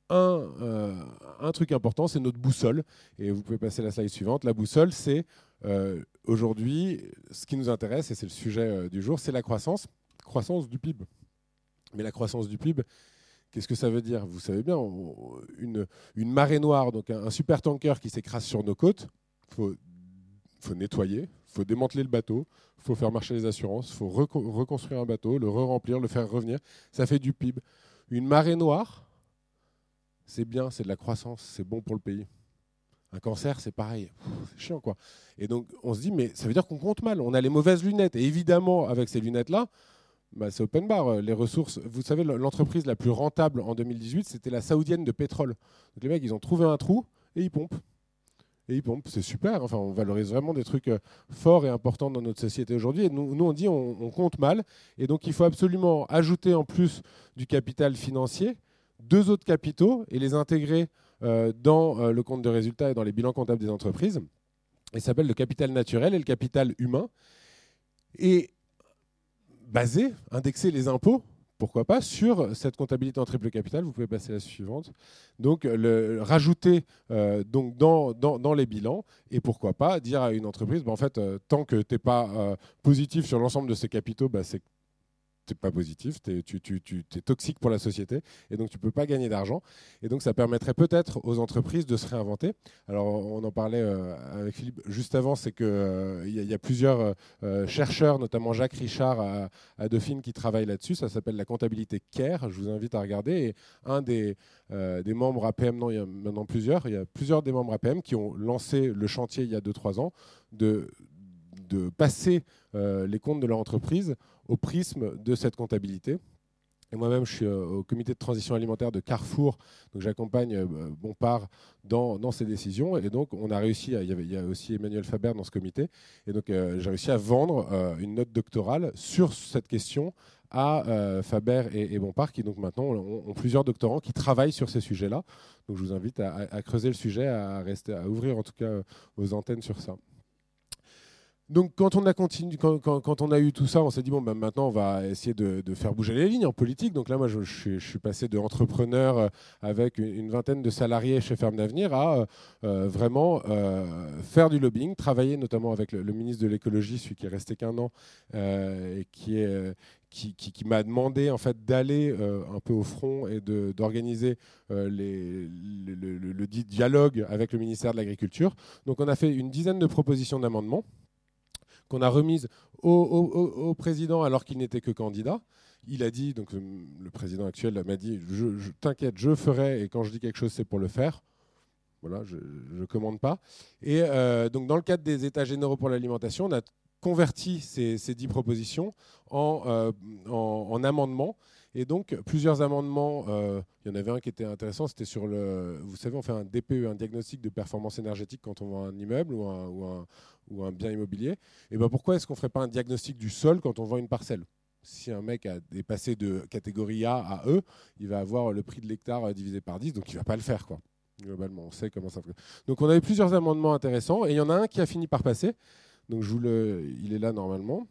un truc important, c'est notre boussole. Et vous pouvez passer la slide suivante. La boussole, c'est aujourd'hui, ce qui nous intéresse, et c'est le sujet du jour, c'est la croissance du PIB. Mais la croissance du PIB, qu'est-ce que ça veut dire? Vous savez bien, une marée noire, donc un supertanker qui s'écrase sur nos côtes, il faut nettoyer, il faut démanteler le bateau, il faut faire marcher les assurances, il faut reconstruire un bateau, le re-remplir, le faire revenir. Ça fait du PIB. Une marée noire, c'est bien, c'est de la croissance, c'est bon pour le pays. Un cancer, c'est pareil. C'est chiant, quoi. Et donc, on se dit, mais ça veut dire qu'on compte mal. On a les mauvaises lunettes. Et évidemment, avec ces lunettes-là, c'est open bar. Les ressources, vous savez, l'entreprise la plus rentable en 2018, c'était la saoudienne de pétrole. Donc les mecs, ils ont trouvé un trou et ils pompent. Et ils pompent, c'est super. Enfin, on valorise vraiment des trucs forts et importants dans notre société aujourd'hui. Et nous, on dit on compte mal. Et donc, il faut absolument ajouter en plus du capital financier 2 autres capitaux et les intégrer dans le compte de résultats et dans les bilans comptables des entreprises. Il s'appelle le capital naturel et le capital humain. Et indexer les impôts, pourquoi pas, sur cette comptabilité en triple capital. Vous pouvez passer à la suivante. Donc, rajouter donc dans les bilans, et pourquoi pas dire à une entreprise, en fait, tant que tu n'es pas positif sur l'ensemble de ces capitaux, c'est t'es pas positif, tu es toxique pour la société et donc tu ne peux pas gagner d'argent. Et donc ça permettrait peut-être aux entreprises de se réinventer. Alors on en parlait avec Philippe juste avant, c'est qu'il y a plusieurs chercheurs, notamment Jacques Richard à Dauphine, qui travaillent là-dessus. Ça s'appelle la comptabilité CARE, je vous invite à regarder. Et un des membres APM, non, il y a maintenant plusieurs, il y a plusieurs des membres APM qui ont lancé le chantier il y a 2-3 ans de passer les comptes de leur entreprise au prisme de cette comptabilité. Et moi-même, je suis au comité de transition alimentaire de Carrefour, donc j'accompagne Bompard dans ces décisions. Et donc, on a réussi, il y a aussi Emmanuel Faber dans ce comité, et donc j'ai réussi à vendre une note doctorale sur cette question à Faber et Bompard, qui donc maintenant ont plusieurs doctorants qui travaillent sur ces sujets-là. Donc je vous invite à creuser le sujet, à ouvrir en tout cas vos antennes sur ça. Donc quand on a eu tout ça, on s'est dit maintenant on va essayer de faire bouger les lignes en politique. Donc là moi je suis passé de entrepreneur avec une vingtaine de salariés chez Ferme d'Avenir à vraiment faire du lobbying, travailler notamment avec le ministre de l'écologie, celui qui est resté qu'un an et qui m'a demandé en fait d'aller un peu au front et d'organiser le dit dialogue avec le ministère de l'Agriculture. Donc on a fait une dizaine de propositions d'amendements qu'on a remise au président alors qu'il n'était que candidat. Il a dit, donc le président actuel m'a dit, t'inquiète, je ferai, et quand je dis quelque chose, c'est pour le faire. Voilà, je ne commande pas. Et donc dans le cadre des États généraux pour l'alimentation, on a converti ces 10 propositions en amendements. Et donc, plusieurs amendements, il y en avait un qui était intéressant, c'était sur vous savez, on fait un DPE, un diagnostic de performance énergétique quand on vend un immeuble ou un bien immobilier. Et ben pourquoi est-ce qu'on ne ferait pas un diagnostic du sol quand on vend une parcelle? Si un mec est passé de catégorie A à E, il va avoir le prix de l'hectare divisé par 10, donc il ne va pas le faire, quoi. Globalement, on sait comment ça fonctionne. Donc on a eu plusieurs amendements intéressants, et il y en a un qui a fini par passer. Donc il est là normalement.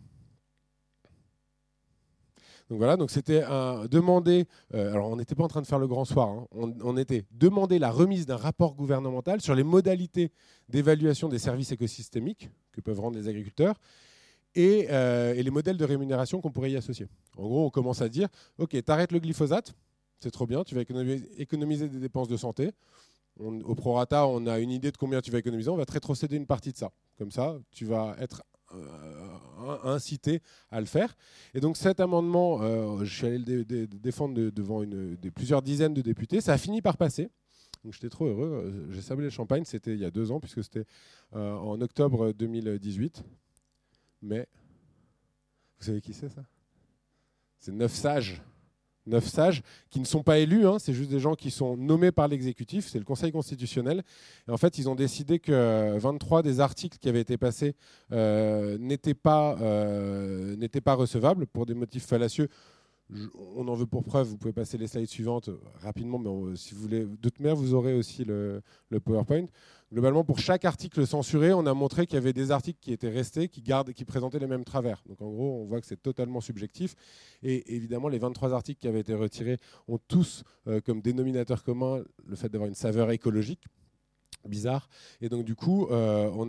Donc voilà, donc c'était demander, alors on n'était pas en train de faire le grand soir, hein, on était demander la remise d'un rapport gouvernemental sur les modalités d'évaluation des services écosystémiques que peuvent rendre les agriculteurs et les modèles de rémunération qu'on pourrait y associer. En gros, on commence à dire, ok, t'arrêtes le glyphosate, c'est trop bien, tu vas économiser des dépenses de santé. Au prorata, on a une idée de combien tu vas économiser, on va te rétrocéder une partie de ça. Comme ça, tu vas être incité à le faire. Et donc cet amendement, je suis allé le défendre devant plusieurs dizaines de députés. Ça a fini par passer. Donc j'étais trop heureux. J'ai sablé le champagne, c'était il y a 2 ans, puisque c'était en octobre 2018. Mais Vous savez qui c'est, ça? C'est 9 sages. 9 sages qui ne sont pas élus, hein, c'est juste des gens qui sont nommés par l'exécutif, c'est le Conseil constitutionnel. Et en fait, ils ont décidé que 23 des articles qui avaient été passés n'étaient pas recevables pour des motifs fallacieux. On en veut pour preuve, vous pouvez passer les slides suivantes rapidement, mais si vous voulez, de toute manière, vous aurez aussi le PowerPoint. Globalement, pour chaque article censuré, on a montré qu'il y avait des articles qui étaient restés, qui présentaient les mêmes travers. Donc en gros, on voit que c'est totalement subjectif. Et évidemment, les 23 articles qui avaient été retirés ont tous comme dénominateur commun le fait d'avoir une saveur écologique. Bizarre. Et donc du coup, on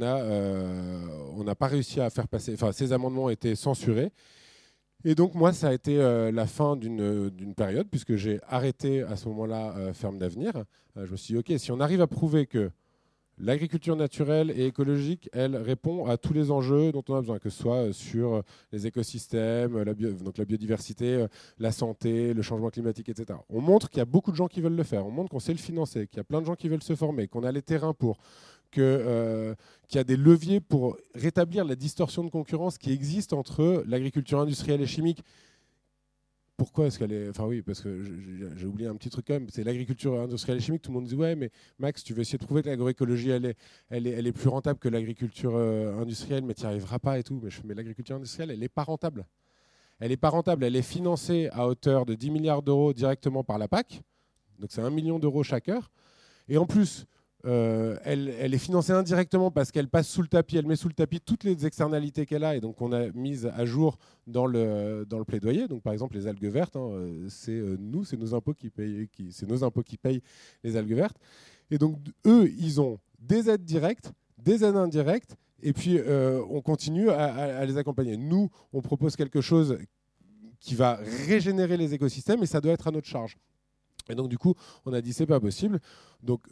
n'a pas réussi à faire passer... Enfin, ces amendements ont été censurés. Et donc moi, ça a été la fin d'une période, puisque j'ai arrêté à ce moment-là Ferme d'Avenir. Je me suis dit, OK, si on arrive à prouver que l'agriculture naturelle et écologique, elle répond à tous les enjeux dont on a besoin, que ce soit sur les écosystèmes, donc la biodiversité, la santé, le changement climatique, etc. On montre qu'il y a beaucoup de gens qui veulent le faire, on montre qu'on sait le financer, qu'il y a plein de gens qui veulent se former, qu'on a les terrains pour, qu'il y a des leviers pour rétablir la distorsion de concurrence qui existe entre l'agriculture industrielle et chimique. Pourquoi est-ce qu'elle est... Enfin oui, parce que j'ai oublié un petit truc quand même, c'est l'agriculture industrielle et chimique. Tout le monde dit, ouais, mais Max, tu veux essayer de prouver que l'agroécologie, elle est plus rentable que l'agriculture industrielle, mais tu n'y arriveras pas et tout. Mais l'agriculture industrielle, elle n'est pas rentable. Elle n'est pas rentable, elle est financée à hauteur de 10 milliards d'euros directement par la PAC, donc c'est 1 million d'euros chaque heure. Et en plus... elle est financée indirectement parce qu'elle passe sous le tapis, elle met sous le tapis toutes les externalités qu'elle a et donc on a mises à jour dans le plaidoyer. Donc par exemple les algues vertes, hein, c'est nos impôts qui payent les algues vertes. Et donc eux, ils ont des aides directes, des aides indirectes, et puis on continue à les accompagner. Nous, on propose quelque chose qui va régénérer les écosystèmes et ça doit être à notre charge. Et donc du coup, on a dit c'est pas possible. Donc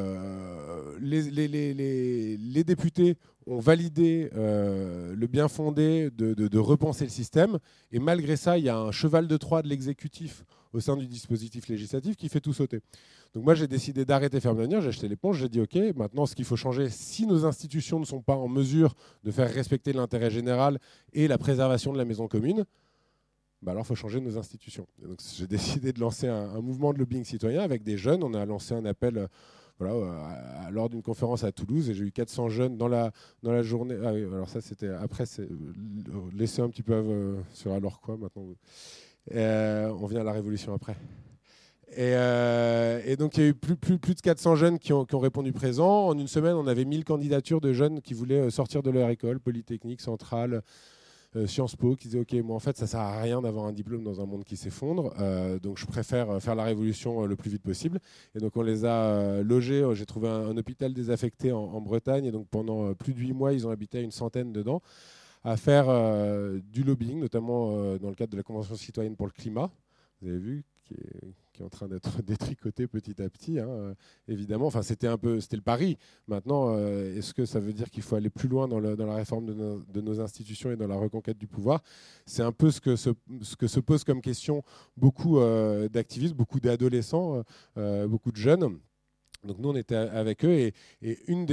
les députés ont validé le bien fondé de repenser le système. Et malgré ça, il y a un cheval de Troie de l'exécutif au sein du dispositif législatif qui fait tout sauter. Donc moi, j'ai décidé d'arrêter Ferme d'Avenir, j'ai acheté l'éponge, j'ai dit OK, maintenant ce qu'il faut changer, si nos institutions ne sont pas en mesure de faire respecter l'intérêt général et la préservation de la maison commune, bah alors il faut changer nos institutions. Et donc, j'ai décidé de lancer un mouvement de lobbying citoyen avec des jeunes. On a lancé un appel lors d'une conférence à Toulouse et j'ai eu 400 jeunes dans la journée. Ah oui, alors ça c'était après, c'est laisser un petit peu sur alors quoi maintenant. On vient à la révolution après. Et donc il y a eu plus de 400 jeunes qui ont répondu présent. En une semaine, on avait 1000 candidatures de jeunes qui voulaient sortir de leur école, Polytechnique, Centrale, Sciences Po, qui disaient ok, moi en fait ça sert à rien d'avoir un diplôme dans un monde qui s'effondre, donc je préfère faire la révolution le plus vite possible. Et donc on les a logés. J'ai trouvé un hôpital désaffecté en Bretagne, et donc pendant plus de 8 mois ils ont habité à une centaine dedans à faire du lobbying, notamment dans le cadre de la Convention citoyenne pour le climat. Vous avez vu, qui est en train d'être détricoté petit à petit, hein, évidemment. Enfin, c'était le pari. Maintenant, est-ce que ça veut dire qu'il faut aller plus loin dans la réforme de nos institutions et dans la reconquête du pouvoir? C'est un peu ce que se pose comme question beaucoup d'activistes, beaucoup d'adolescents, beaucoup de jeunes. Donc nous, on était avec eux, et une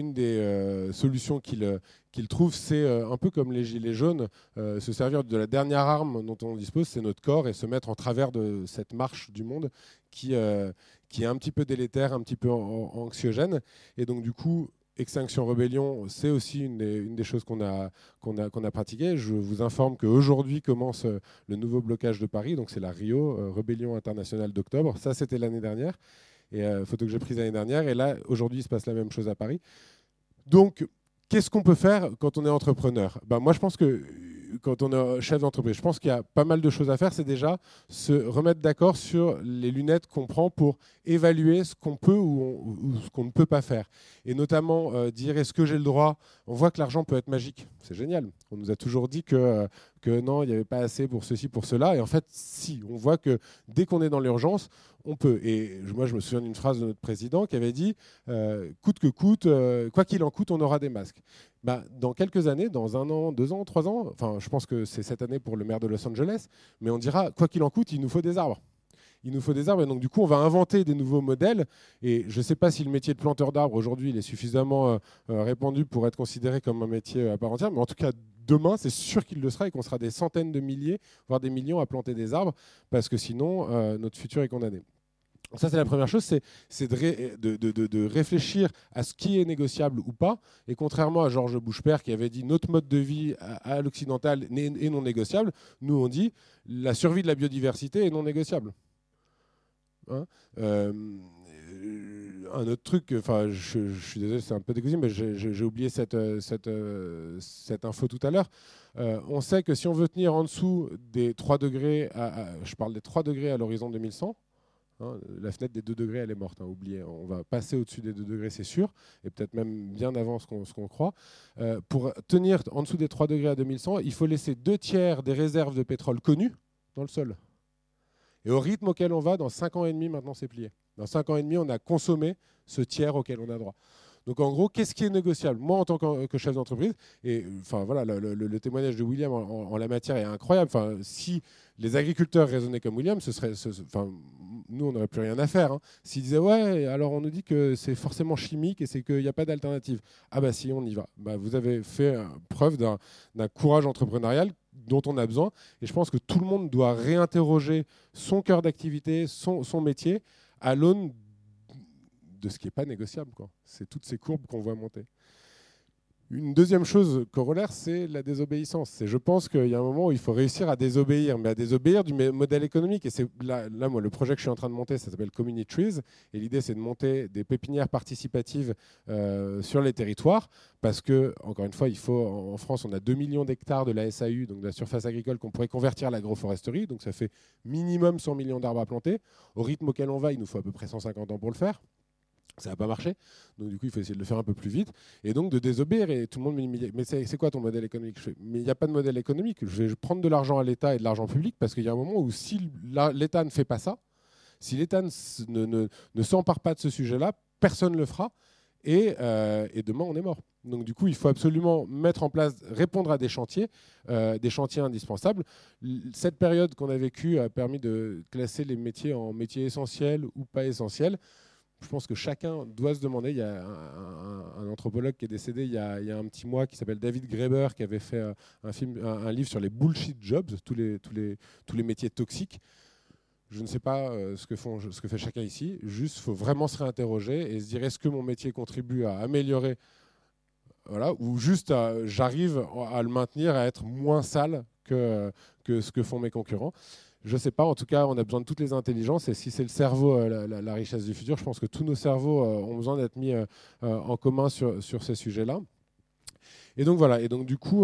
des solutions qu'ils trouvent, c'est un peu comme les gilets jaunes, se servir de la dernière arme dont on dispose, c'est notre corps, et se mettre en travers de cette marche du monde qui est un petit peu délétère, un petit peu anxiogène. Et donc du coup, Extinction Rebellion, c'est aussi une des choses qu'on a pratiquées. Je vous informe qu'aujourd'hui commence le nouveau blocage de Paris, donc c'est la Rio, Rébellion internationale d'octobre. Ça, c'était l'année dernière. Et photo que j'ai prise l'année dernière. Et là, aujourd'hui, il se passe la même chose à Paris. Donc, qu'est-ce qu'on peut faire quand on est entrepreneur? Moi, je pense que quand on est chef d'entreprise, je pense qu'il y a pas mal de choses à faire. C'est déjà se remettre d'accord sur les lunettes qu'on prend pour évaluer ce qu'on peut ou ce qu'on ne peut pas faire. Et notamment dire, est-ce que j'ai le droit? On voit que l'argent peut être magique. C'est génial. On nous a toujours dit que non, il n'y avait pas assez pour ceci, pour cela. Et en fait, si. On voit que dès qu'on est dans l'urgence, on peut. Et moi, je me souviens d'une phrase de notre président qui avait dit coûte que coûte, quoi qu'il en coûte, on aura des masques. Dans quelques années, dans 1 an, 2 ans, 3 ans, enfin, je pense que c'est cette année pour le maire de Los Angeles, mais on dira quoi qu'il en coûte, il nous faut des arbres. il nous faut des arbres. Et donc, du coup, on va inventer des nouveaux modèles. Et je ne sais pas si le métier de planteur d'arbres, aujourd'hui, il est suffisamment répandu pour être considéré comme un métier à part entière. Mais en tout cas, demain, c'est sûr qu'il le sera et qu'on sera des centaines de milliers, voire des millions à planter des arbres, parce que sinon, notre futur est condamné. Donc ça, c'est la première chose, c'est de réfléchir à ce qui est négociable ou pas. Et contrairement à Georges Bush-Père qui avait dit notre mode de vie à l'occidental est non négociable, nous on dit la survie de la biodiversité est non négociable. Hein, un autre truc, enfin, je suis désolé, c'est un peu dégoûté, mais j'ai oublié cette info tout à l'heure. On sait que si on veut tenir en dessous des 3 degrés, je parle des 3 degrés à l'horizon 2100, hein, la fenêtre des 2 degrés, elle est morte, hein, oubliez. On va passer au-dessus des 2 degrés, c'est sûr, et peut-être même bien avant ce qu'on croit. Pour tenir en dessous des 3 degrés à 2100, il faut laisser 2 tiers des réserves de pétrole connues dans le sol. Et au rythme auquel on va, dans 5 ans et demi, maintenant c'est plié. Dans 5 ans et demi, on a consommé ce tiers auquel on a droit. Donc en gros, qu'est-ce qui est négociable? Moi, en tant que chef d'entreprise, et enfin voilà, le témoignage de William en la matière est incroyable. Enfin, si les agriculteurs raisonnaient comme William, enfin, nous, on n'aurait plus rien à faire. Hein. S'ils disaient ouais, alors on nous dit que c'est forcément chimique et c'est qu'il n'y a pas d'alternative. Ah bah si, on y va. Bah, vous avez fait preuve d'un courage entrepreneurial dont on a besoin. Et je pense que tout le monde doit réinterroger son cœur d'activité, son métier, à l'aune de ce qui n'est pas négociable. C'est toutes ces courbes qu'on voit monter. Une deuxième chose corollaire, c'est la désobéissance. Je pense qu'il y a un moment où il faut réussir à désobéir, mais à désobéir du modèle économique. Et c'est là, moi, le projet que je suis en train de monter, ça s'appelle Community Trees. Et l'idée, c'est de monter des pépinières participatives sur les territoires. Parce que, encore une fois, il faut, en France, on a 2 millions d'hectares de la SAU, donc de la surface agricole, qu'on pourrait convertir à l'agroforesterie. Donc ça fait minimum 100 millions d'arbres à planter. Au rythme auquel on va, il nous faut à peu près 150 ans pour le faire. Ça n'a pas marché, donc du coup il faut essayer de le faire un peu plus vite et donc de désobéir. Et tout le monde me dit mais c'est quoi ton modèle économique? Mais il n'y a pas de modèle économique. Je vais prendre de l'argent à l'État et de l'argent public parce qu'il y a un moment où si l'État ne fait pas ça, si l'État ne s'empare pas de ce sujet-là, personne ne le fera et demain on est mort. Donc du coup il faut absolument mettre en place, répondre à des chantiers indispensables. Cette période qu'on a vécue a permis de classer les métiers en métiers essentiels ou pas essentiels. Je pense que chacun doit se demander. Il y a un anthropologue qui est décédé il y a un petit mois qui s'appelle David Graeber qui avait fait un livre sur les bullshit jobs, tous les métiers toxiques. Je ne sais pas ce que fait chacun ici. Juste, il faut vraiment se réinterroger et se dire est-ce que mon métier contribue à améliorer, voilà, ou juste j'arrive à le maintenir, à être moins sale que ce que font mes concurrents. Je ne sais pas, en tout cas, on a besoin de toutes les intelligences. Et si c'est le cerveau, la richesse du futur, je pense que tous nos cerveaux ont besoin d'être mis en commun sur ces sujets-là. Et donc voilà, et donc du coup,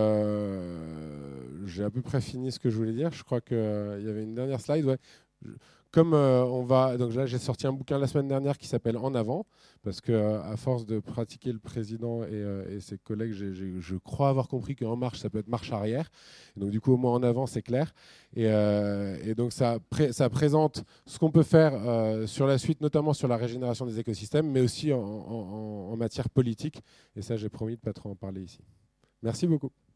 j'ai à peu près fini ce que je voulais dire. Je crois qu'il y avait une dernière slide. Ouais. Comme donc là j'ai sorti un bouquin la semaine dernière qui s'appelle En avant, parce que à force de pratiquer le président et ses collègues, je crois avoir compris qu'en marche ça peut être marche arrière. Et donc du coup au moins en avant c'est clair. Et donc ça présente ce qu'on peut faire sur la suite, notamment sur la régénération des écosystèmes, mais aussi en matière politique. Et ça j'ai promis de pas trop en parler ici. Merci beaucoup.